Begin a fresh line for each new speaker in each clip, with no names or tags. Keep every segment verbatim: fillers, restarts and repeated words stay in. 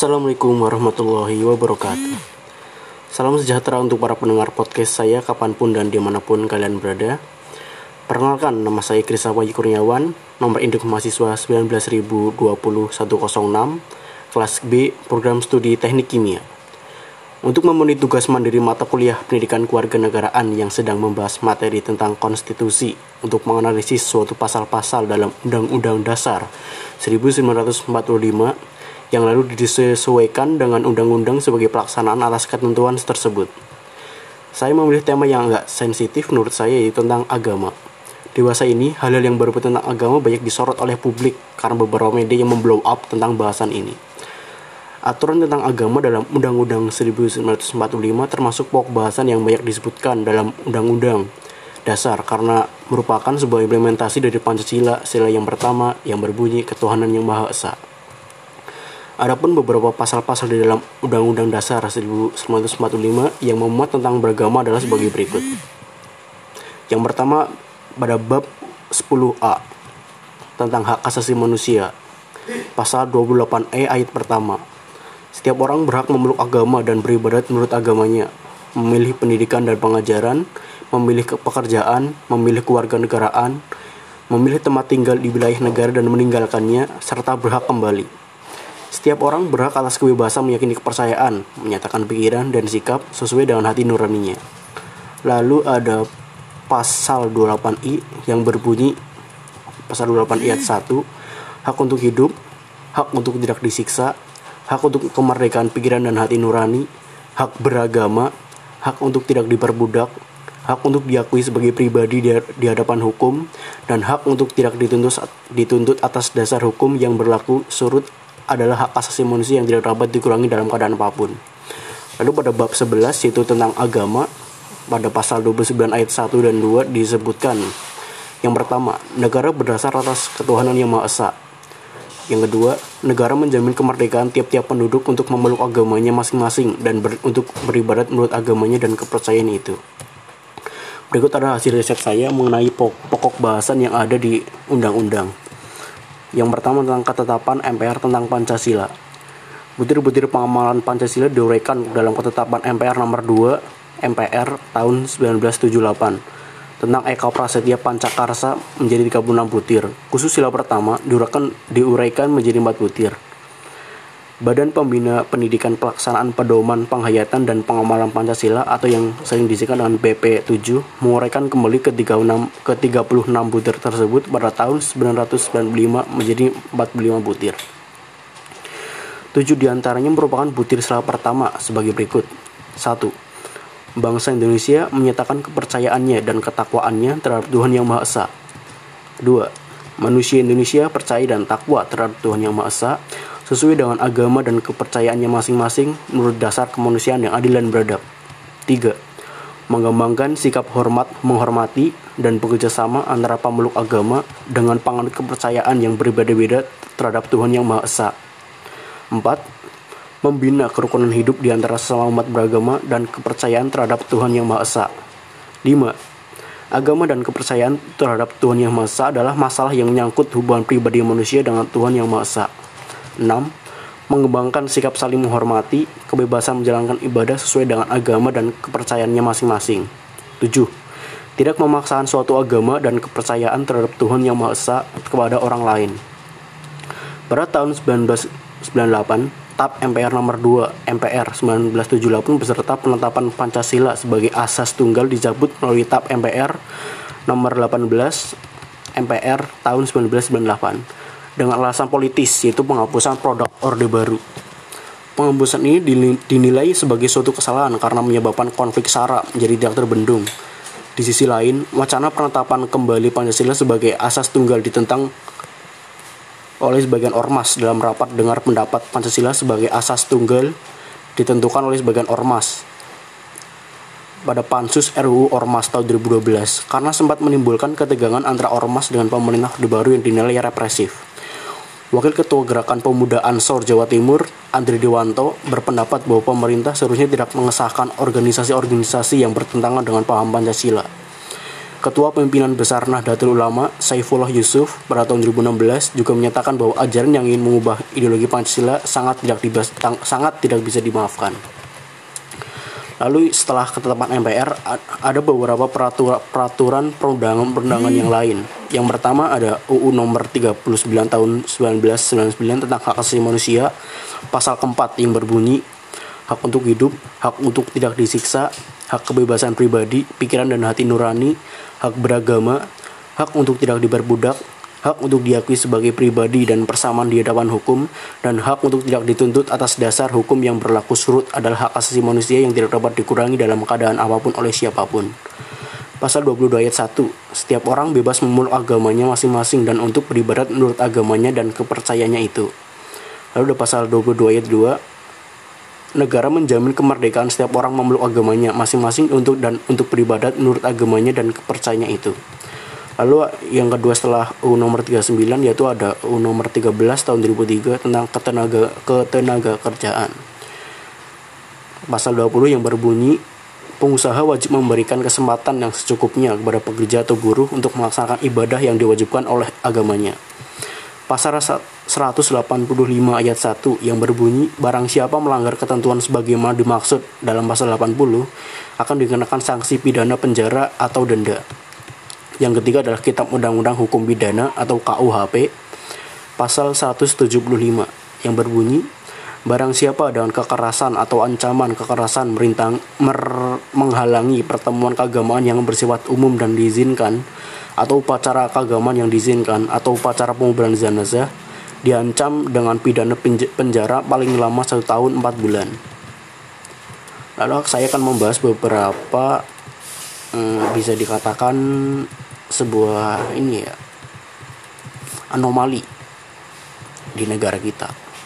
Assalamualaikum warahmatullahi wabarakatuh. Salam sejahtera untuk para pendengar podcast saya kapanpun dan dimanapun kalian berada. Perkenalkan, nama saya Krisa Waji Kurniawan, nomor induk mahasiswa sembilan belas ribu dua puluh satu nol enam, kelas B, program studi teknik kimia. Untuk memenuhi tugas mandiri mata kuliah pendidikan kewarganegaraan yang sedang membahas materi tentang konstitusi untuk menganalisis suatu pasal-pasal dalam Undang-Undang Dasar seribu sembilan ratus empat puluh lima yang lalu disesuaikan dengan undang-undang sebagai pelaksanaan atas ketentuan tersebut. Saya memilih tema yang agak sensitif menurut saya, yaitu tentang agama. Dewasa ini, hal-hal yang baru tentang agama banyak disorot oleh publik karena beberapa media yang memblow up tentang bahasan ini. Aturan tentang agama dalam Undang-Undang seribu sembilan ratus empat puluh lima termasuk pokok bahasan yang banyak disebutkan dalam Undang-Undang Dasar karena merupakan sebuah implementasi dari Pancasila, sila yang pertama yang berbunyi ketuhanan yang Maha Esa. Adapun beberapa pasal-pasal di dalam Undang-Undang Dasar seribu sembilan ratus empat puluh lima yang memuat tentang beragama adalah sebagai berikut. Yang pertama, pada bab sepuluh A tentang hak asasi manusia, pasal dua puluh delapan E ayat pertama. Setiap orang berhak memeluk agama dan beribadat menurut agamanya, memilih pendidikan dan pengajaran, memilih pekerjaan, memilih kewarganegaraan, memilih tempat tinggal di wilayah negara dan meninggalkannya, serta berhak kembali. Setiap orang berhak atas kebebasan meyakini kepercayaan, menyatakan pikiran dan sikap sesuai dengan hati nuraninya. Lalu ada pasal dua puluh delapan I yang berbunyi, pasal dua puluh delapan I ayat satu, hak untuk hidup, hak untuk tidak disiksa, hak untuk kemerdekaan pikiran dan hati nurani, hak beragama, hak untuk tidak diperbudak, hak untuk diakui sebagai pribadi di, di hadapan hukum, dan hak untuk tidak dituntut, dituntut atas dasar hukum yang berlaku surut adalah hak asasi manusia yang tidak dapat dikurangi dalam keadaan apapun. Lalu pada bab sebelas, yaitu tentang agama, pada pasal dua puluh sembilan ayat satu dan dua disebutkan, yang pertama, negara berdasar atas ketuhanan yang Maha Esa. Yang kedua, negara menjamin kemerdekaan tiap-tiap penduduk untuk memeluk agamanya masing-masing dan ber, untuk beribadat menurut agamanya dan kepercayaan itu. Berikut adalah hasil riset saya mengenai pokok bahasan yang ada di undang-undang. Yang pertama tentang ketetapan M P R tentang Pancasila. Butir-butir pengamalan Pancasila diuraikan dalam ketetapan M P R nomor dua M P R tahun seribu sembilan ratus tujuh puluh delapan. Tentang Eka Prasetya Pancakarsa menjadi tiga puluh enam butir. Khusus sila pertama diuraikan, diuraikan menjadi empat butir. Badan Pembina Pendidikan Pelaksanaan Pedoman Penghayatan dan Pengamalan Pancasila atau yang sering disingkat dengan B P tujuh menguraikan kembali ke tiga puluh enam butir tersebut pada tahun seribu sembilan ratus sembilan puluh lima menjadi empat puluh lima butir. Tujuh diantaranya merupakan butir sila pertama sebagai berikut. Satu. Bangsa Indonesia menyatakan kepercayaannya dan ketakwaannya terhadap Tuhan Yang Maha Esa. Dua. Manusia Indonesia percaya dan takwa terhadap Tuhan Yang Maha Esa sesuai dengan agama dan kepercayaannya masing-masing menurut dasar kemanusiaan yang adil dan beradab. Tiga. Mengembangkan sikap hormat, menghormati, dan bekerjasama antara pemeluk agama dengan penganut kepercayaan yang berbeda-beda terhadap Tuhan Yang Maha Esa. Empat. Membina kerukunan hidup di antara sesama umat beragama dan kepercayaan terhadap Tuhan Yang Maha Esa. Lima. Agama dan kepercayaan terhadap Tuhan Yang Maha Esa adalah masalah yang menyangkut hubungan pribadi manusia dengan Tuhan Yang Maha Esa. Enam. Mengembangkan sikap saling menghormati, kebebasan menjalankan ibadah sesuai dengan agama dan kepercayaannya masing-masing. Tujuh. Tidak memaksakan suatu agama dan kepercayaan terhadap Tuhan Yang Maha Esa kepada orang lain. Pada tahun seribu sembilan ratus sembilan puluh delapan, T A P M P R nomor dua M P R seribu sembilan ratus tujuh puluh delapan beserta penetapan Pancasila sebagai asas tunggal dicabut melalui T A P M P R nomor delapan belas M P R tahun seribu sembilan ratus sembilan puluh delapan dengan alasan politis, yaitu penghapusan produk Orde Baru. Penghapusan ini dinilai sebagai suatu kesalahan karena menyebabkan konflik SARA menjadi tidak terbendung. Di sisi lain, wacana penetapan kembali Pancasila sebagai asas tunggal ditentang oleh sebagian ormas dalam rapat dengar pendapat Pancasila sebagai asas tunggal ditentukan oleh sebagian ormas pada Pansus R U U Ormas tahun dua ribu dua belas karena sempat menimbulkan ketegangan antara ormas dengan pemerintah Orde Baru yang dinilai represif. Wakil Ketua Gerakan Pemuda Ansor Jawa Timur, Andri Dewanto, berpendapat bahwa pemerintah seharusnya tidak mengesahkan organisasi-organisasi yang bertentangan dengan paham Pancasila. Ketua Pimpinan Besar Nahdlatul Ulama, Saifullah Yusuf, pada tahun dua ribu enam belas juga menyatakan bahwa ajaran yang ingin mengubah ideologi Pancasila sangat tidak dibas, sangat tidak bisa dimaafkan. Lalu setelah ketetapan M P R, ada beberapa peraturan, peraturan perundangan-perundangan yang lain. Yang pertama ada U U nomor tiga puluh sembilan tahun seribu sembilan ratus sembilan puluh sembilan tentang hak asasi manusia, pasal keempat yang berbunyi, hak untuk hidup, hak untuk tidak disiksa, hak kebebasan pribadi, pikiran dan hati nurani, hak beragama, hak untuk tidak diperbudak, hak untuk diakui sebagai pribadi dan persamaan di hadapan hukum, dan hak untuk tidak dituntut atas dasar hukum yang berlaku surut adalah hak asasi manusia yang tidak dapat dikurangi dalam keadaan apapun oleh siapapun. Pasal dua puluh dua ayat satu, setiap orang bebas memeluk agamanya masing-masing dan untuk beribadat menurut agamanya dan kepercayaannya itu. Lalu ada pasal dua puluh dua ayat dua, negara menjamin kemerdekaan setiap orang memeluk agamanya masing-masing untuk dan untuk beribadat menurut agamanya dan kepercayaannya itu. Lalu yang kedua setelah U U nomor tiga puluh sembilan yaitu ada U U nomor tiga belas tahun dua ribu tiga tentang ketenaga ketenaga kerjaan. Pasal dua puluh yang berbunyi, pengusaha wajib memberikan kesempatan yang secukupnya kepada pekerja atau buruh untuk melaksanakan ibadah yang diwajibkan oleh agamanya. Pasal seratus delapan puluh lima ayat satu yang berbunyi, barang siapa melanggar ketentuan sebagaimana dimaksud dalam pasal delapan puluh akan dikenakan sanksi pidana penjara atau denda. Yang ketiga adalah Kitab Undang-Undang Hukum Pidana atau K U H P, pasal seratus tujuh puluh lima yang berbunyi, barang siapa dengan kekerasan atau ancaman kekerasan merintang, mer, menghalangi pertemuan keagamaan yang bersifat umum dan diizinkan, atau upacara keagamaan yang diizinkan, atau upacara penguburan jenazah, diancam dengan pidana penjara paling lama satu tahun empat bulan. Lalu saya akan membahas beberapa hmm, bisa dikatakan sebuah ini ya anomali di negara kita.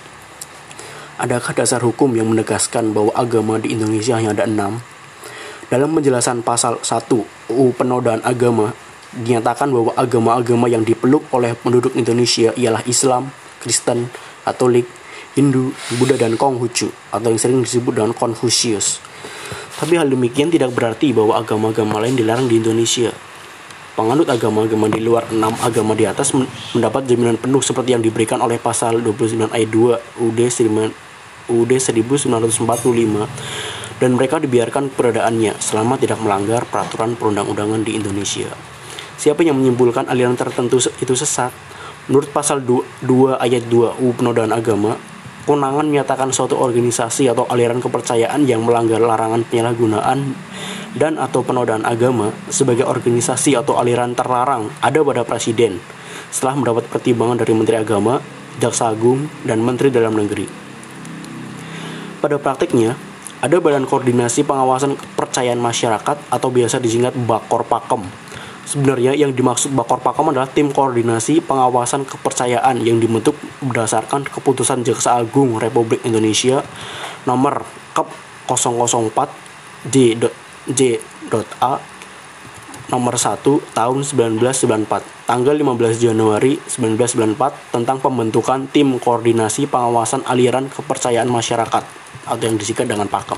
Adakah dasar hukum yang menegaskan bahwa agama di Indonesia hanya ada enam? Dalam penjelasan pasal satu U U Penodaan Agama dinyatakan bahwa agama-agama yang dipeluk oleh penduduk Indonesia ialah Islam, Kristen, Katolik, Hindu, Buddha, dan Konghucu atau yang sering disebut dengan Konfusius. Tapi hal demikian tidak berarti bahwa agama-agama lain dilarang di Indonesia. Penganut agama-agama di luar enam agama di atas mendapat jaminan penuh seperti yang diberikan oleh pasal dua puluh sembilan ayat dua U U D seribu sembilan ratus empat puluh lima dan mereka dibiarkan keberadaannya selama tidak melanggar peraturan perundang-undangan di Indonesia. Siapa yang menyimpulkan aliran tertentu itu sesat? Menurut pasal dua ayat dua U U Penodaan Agama, kewenangan menyatakan suatu organisasi atau aliran kepercayaan yang melanggar larangan penyalahgunaan dan atau penodaan agama sebagai organisasi atau aliran terlarang ada pada Presiden setelah mendapat pertimbangan dari Menteri Agama, Jaksa Agung, dan Menteri Dalam Negeri. Pada praktiknya, ada Badan Koordinasi Pengawasan Kepercayaan Masyarakat atau biasa disingkat Bakor Pakem. Sebenarnya yang dimaksud Bakor Pakem adalah tim koordinasi pengawasan kepercayaan yang dibentuk berdasarkan keputusan Jaksa Agung Republik Indonesia nomor K E P nol nol empat J J.A nomor satu tahun seribu sembilan ratus sembilan puluh empat tanggal lima belas Januari seribu sembilan ratus sembilan puluh empat tentang pembentukan tim koordinasi pengawasan aliran kepercayaan masyarakat atau yang disingkat dengan Pakem.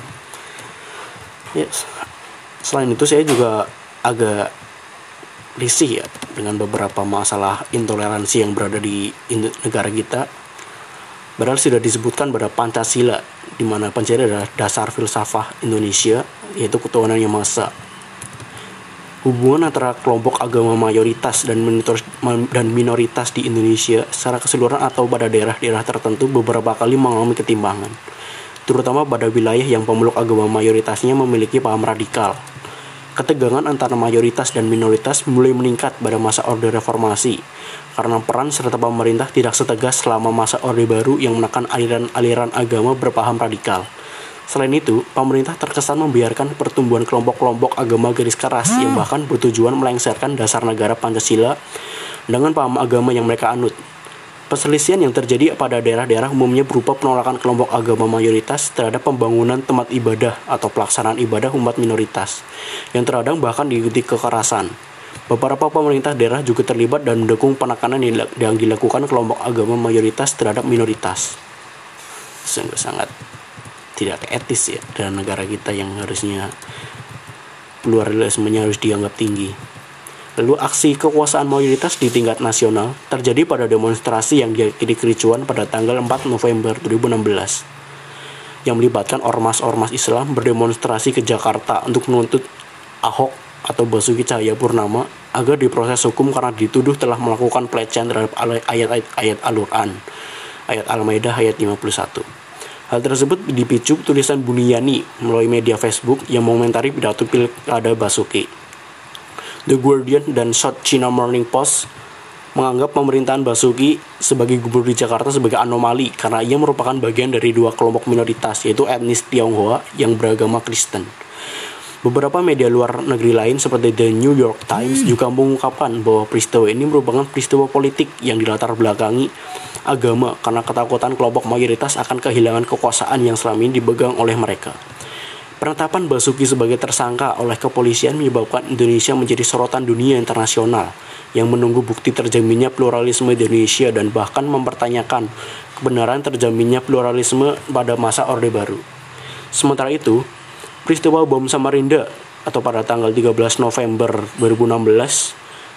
Yes. Selain itu saya juga agak risih ya dengan beberapa masalah intoleransi yang berada di negara kita. Padahal sudah disebutkan pada Pancasila, di mana Pancasila adalah dasar filsafah Indonesia, yaitu ketuhanan yang maha esa. Hubungan antara kelompok agama mayoritas dan minoritas, dan minoritas di Indonesia secara keseluruhan atau pada daerah-daerah tertentu beberapa kali mengalami ketimpangan, terutama pada wilayah yang pemeluk agama mayoritasnya memiliki paham radikal. Ketegangan antara mayoritas dan minoritas mulai meningkat pada masa Orde Reformasi, karena peran serta pemerintah tidak setegas selama masa Orde Baru yang menekan aliran-aliran agama berpaham radikal. Selain itu, pemerintah terkesan membiarkan pertumbuhan kelompok-kelompok agama garis keras yang bahkan bertujuan melengsarkan dasar negara Pancasila dengan paham agama yang mereka anut. Perselisihan yang terjadi pada daerah-daerah umumnya berupa penolakan kelompok agama mayoritas terhadap pembangunan tempat ibadah atau pelaksanaan ibadah umat minoritas, yang terkadang bahkan diikuti kekerasan. Beberapa pemerintah daerah juga terlibat dan mendukung penekanan yang dilakukan kelompok agama mayoritas terhadap minoritas. Sangat-sangat tidak etis ya dalam negara kita yang harusnya pluralismenya harus dianggap tinggi. Lalu aksi kekuasaan mayoritas di tingkat nasional terjadi pada demonstrasi yang diakhiri kericuan pada tanggal empat November dua ribu enam belas yang melibatkan ormas-ormas Islam berdemonstrasi ke Jakarta untuk menuntut Ahok atau Basuki Cahayapurnama agar diproses hukum karena dituduh telah melakukan pelecehan terhadap ayat-ayat Al-Quran, ayat Al-Maidah ayat lima puluh satu. Hal tersebut dipicu tulisan Buniyani melalui media Facebook yang mengomentari pidato pilkada Basuki. The Guardian dan South China Morning Post menganggap pemerintahan Basuki sebagai gubernur di Jakarta sebagai anomali karena ia merupakan bagian dari dua kelompok minoritas, yaitu etnis Tionghoa yang beragama Kristen. Beberapa media luar negeri lain seperti The New York Times juga mengungkapkan bahwa peristiwa ini merupakan peristiwa politik yang dilatar belakangi agama karena ketakutan kelompok mayoritas akan kehilangan kekuasaan yang selama ini dipegang oleh mereka. Penetapan Basuki sebagai tersangka oleh kepolisian menyebabkan Indonesia menjadi sorotan dunia internasional yang menunggu bukti terjaminnya pluralisme Indonesia dan bahkan mempertanyakan kebenaran terjaminnya pluralisme pada masa Orde Baru. Sementara itu, peristiwa bom Samarinda atau pada tanggal tiga belas November dua ribu enam belas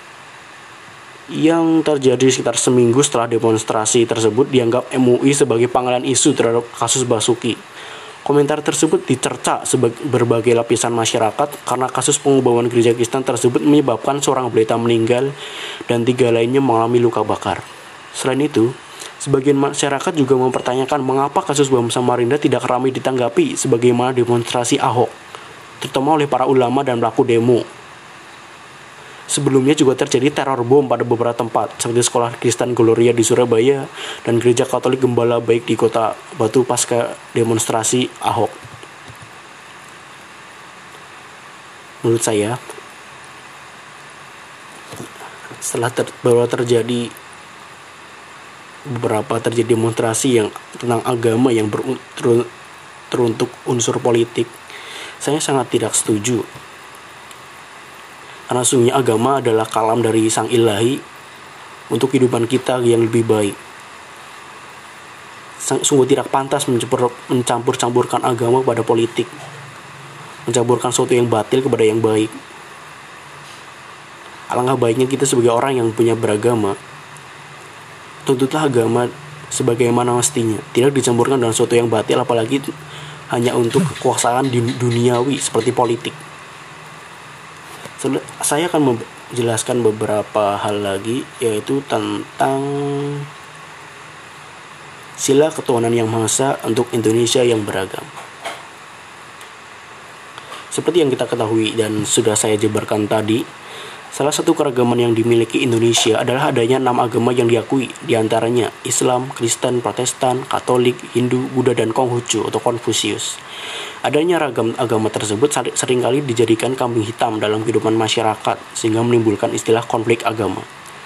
yang terjadi sekitar seminggu setelah demonstrasi tersebut dianggap M U I sebagai panggilan isu terhadap kasus Basuki. Komentar tersebut dicerca sebagai berbagai lapisan masyarakat karena kasus pengoboman gereja Kristen tersebut menyebabkan seorang pendeta meninggal dan tiga lainnya mengalami luka bakar. Selain itu, sebagian masyarakat juga mempertanyakan mengapa kasus bom Samarinda tidak ramai ditanggapi sebagaimana demonstrasi Ahok, terutama oleh para ulama dan pelaku demo. Sebelumnya juga terjadi teror bom pada beberapa tempat, seperti sekolah Kristen Gloria di Surabaya dan gereja Katolik Gembala Baik di Kota Batu pasca demonstrasi Ahok. Menurut saya, setelah ter, baru terjadi beberapa terjadi demonstrasi yang tentang agama yang ber, ter, teruntuk unsur politik, saya sangat tidak setuju. Karena sungguhnya agama adalah kalam dari Sang Ilahi untuk kehidupan kita yang lebih baik. Sungguh tidak pantas mencampur-campurkan agama pada politik, mencampurkan sesuatu yang batil kepada yang baik. Alangkah baiknya kita sebagai orang yang punya beragama, tuntutlah agama sebagaimana mestinya, tidak dicampurkan dengan sesuatu yang batil, apalagi hanya untuk kekuasaan duniawi seperti politik. Saya akan menjelaskan beberapa hal lagi, yaitu tentang sila ketuhanan yang Maha Esa untuk Indonesia yang beragam. Seperti yang kita ketahui dan sudah saya jabarkan tadi, salah satu keragaman yang dimiliki Indonesia adalah adanya enam agama yang diakui, diantaranya Islam, Kristen, Protestan, Katolik, Hindu, Buddha, dan Konghucu atau Konfusius. Adanya ragam agama tersebut seringkali dijadikan kambing hitam dalam kehidupan masyarakat, sehingga menimbulkan istilah konflik agama,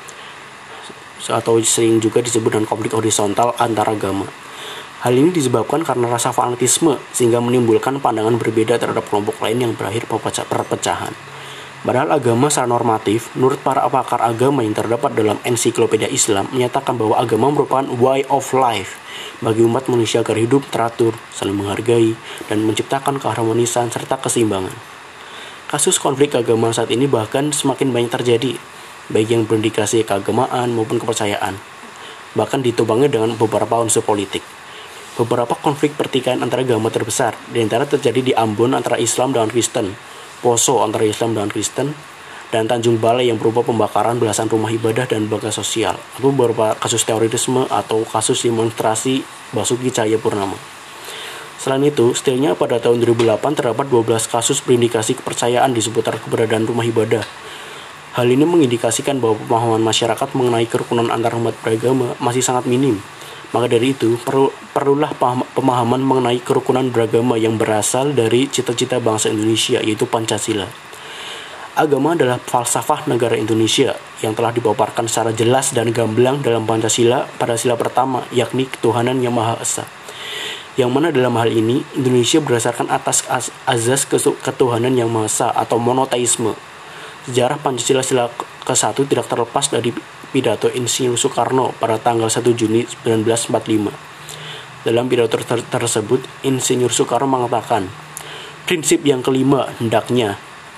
atau sering juga disebut dengan konflik horizontal antar agama. Hal ini disebabkan karena rasa fanatisme, sehingga menimbulkan pandangan berbeda terhadap kelompok lain yang berakhir perpecahan. Padahal agama secara normatif, menurut para pakar agama yang terdapat dalam ensiklopedia Islam, menyatakan bahwa agama merupakan way of life bagi umat manusia agar hidup teratur, saling menghargai, dan menciptakan keharmonisan serta keseimbangan. Kasus konflik agama saat ini bahkan semakin banyak terjadi, baik yang berindikasi keagamaan maupun kepercayaan, bahkan ditubangi dengan beberapa unsur politik. Beberapa konflik pertikaian antara agama terbesar, di antara terjadi di Ambon antara Islam dan Kristen, Poso antara Islam dan Kristen, dan Tanjung Balai yang berupa pembakaran belasan rumah ibadah dan lembaga sosial, atau beberapa kasus terorisme atau kasus demonstrasi Basuki Cahayapurnama. Selain itu, setidaknya pada tahun dua ribu delapan terdapat dua belas kasus berindikasi kepercayaan di seputar keberadaan rumah ibadah. Hal ini mengindikasikan bahwa pemahaman masyarakat mengenai kerukunan antar umat beragama masih sangat minim. Maka dari itu, perlu, perlulah pemahaman mengenai kerukunan beragama yang berasal dari cita-cita bangsa Indonesia, yaitu Pancasila. Agama adalah falsafah negara Indonesia yang telah dipaparkan secara jelas dan gamblang dalam Pancasila pada sila pertama, yakni ketuhanan yang Maha Esa. Yang mana dalam hal ini, Indonesia berdasarkan atas azas ketuhanan yang Maha Esa atau monoteisme. Sejarah Pancasila sila ke satu tidak terlepas dari pidato Insinyur Soekarno pada tanggal satu Juni seribu sembilan ratus empat puluh lima. Dalam pidato ter- tersebut, Insinyur Soekarno mengatakan, prinsip yang kelima hendaknya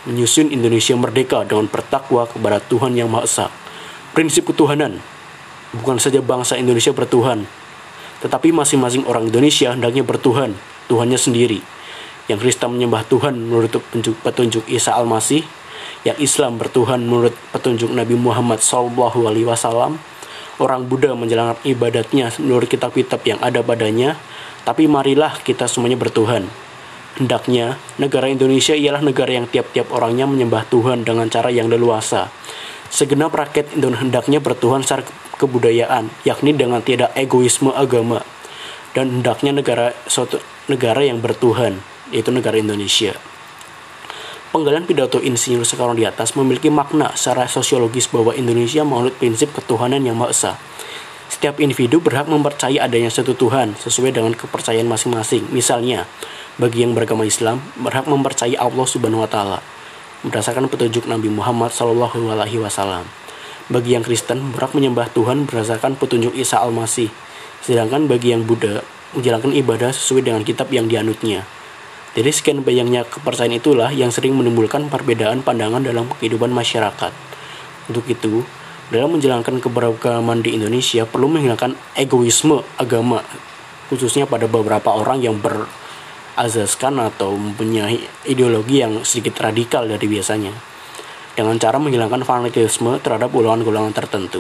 menyusun Indonesia merdeka dengan bertakwa kepada Tuhan Yang Maha Esa. Prinsip ketuhanan, bukan saja bangsa Indonesia bertuhan, tetapi masing-masing orang Indonesia hendaknya bertuhan, Tuhannya sendiri. Yang Kristen menyembah Tuhan menurut petunjuk Isa Al-Masih, yang Islam bertuhan menurut petunjuk Nabi Muhammad shallallahu alaihi wasallam, orang Buddha menjalankan ibadatnya menurut kitab-kitab yang ada padanya. Tapi marilah kita semuanya bertuhan. Hendaknya negara Indonesia ialah negara yang tiap-tiap orangnya menyembah Tuhan dengan cara yang leluasa. Segenap rakyat Indonesia hendaknya bertuhan secara kebudayaan, yakni dengan tidak egoisme agama. Dan hendaknya negara suatu negara yang bertuhan, yaitu negara Indonesia. Penggalian pidato Insinyur Soekarno di atas memiliki makna secara sosiologis bahwa Indonesia menganut prinsip ketuhanan yang Maha Esa. Setiap individu berhak mempercayai adanya satu Tuhan sesuai dengan kepercayaan masing-masing. Misalnya, bagi yang beragama Islam berhak mempercayai Allah Subhanahu wa taala berdasarkan petunjuk Nabi Muhammad shallallahu alaihi wasallam. Bagi yang Kristen berhak menyembah Tuhan berdasarkan petunjuk Isa Al-Masih. Sedangkan bagi yang Buddha menjalankan ibadah sesuai dengan kitab yang dianutnya. Dari sekian banyaknya kepercayaan itulah yang sering menimbulkan perbedaan pandangan dalam kehidupan masyarakat. Untuk itu, dalam menjalankan keberagaman di Indonesia perlu menghilangkan egoisme agama, khususnya pada beberapa orang yang berazaskan atau mempunyai ideologi yang sedikit radikal dari biasanya, dengan cara menghilangkan fanatisme terhadap golongan-golongan tertentu.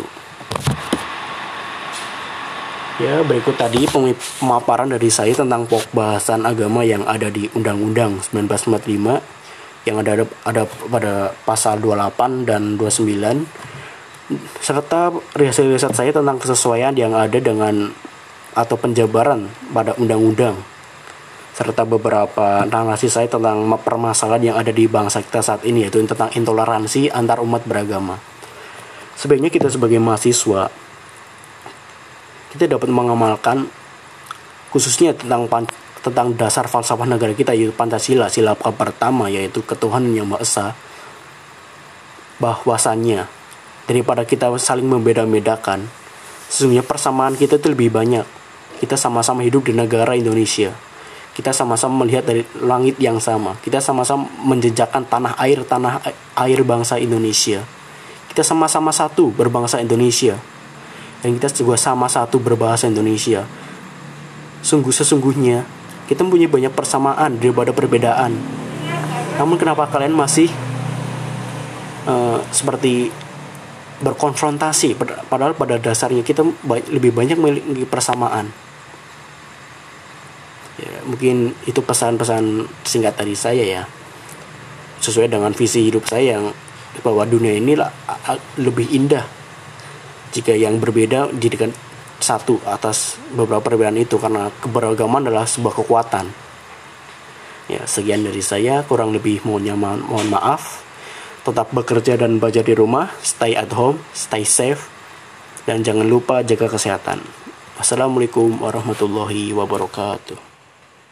Ya, berikut tadi pemaparan dari saya tentang pokok bahasan agama yang ada di Undang-Undang seribu sembilan ratus empat puluh lima yang ada ada pada pasal dua puluh delapan dan dua puluh sembilan, serta riset-riset saya tentang kesesuaian yang ada dengan atau penjabaran pada undang-undang, serta beberapa narasi saya tentang permasalahan yang ada di bangsa kita saat ini, yaitu tentang intoleransi antar umat beragama. Sebaiknya kita sebagai mahasiswa kita dapat mengamalkan khususnya tentang tentang dasar falsafah negara kita, yaitu Pancasila, sila pertama yaitu ketuhanan yang Maha Esa, bahwasannya daripada kita saling membeda-bedakan, sesungguhnya persamaan kita itu lebih banyak. Kita sama-sama hidup di negara Indonesia, kita sama-sama melihat dari langit yang sama, kita sama-sama menjejakkan tanah air tanah air bangsa Indonesia, kita sama-sama satu berbangsa Indonesia, dan kita juga sama satu berbahasa Indonesia. Sungguh sesungguhnya kita mempunyai banyak persamaan daripada perbedaan. Namun kenapa kalian masih uh, seperti berkonfrontasi, padahal pada dasarnya kita lebih banyak memiliki persamaan. Ya, mungkin itu pesan-pesan singkat dari saya ya, sesuai dengan visi hidup saya yang bahwa dunia ini lah lebih indah jika yang berbeda dijadikan satu atas beberapa perbedaan itu, karena keberagaman adalah sebuah kekuatan. Ya, sekian dari saya, kurang lebih mohon, mohon maaf. Tetap bekerja dan belajar di rumah, stay at home, stay safe, dan jangan lupa jaga kesehatan. Wassalamualaikum warahmatullahi wabarakatuh.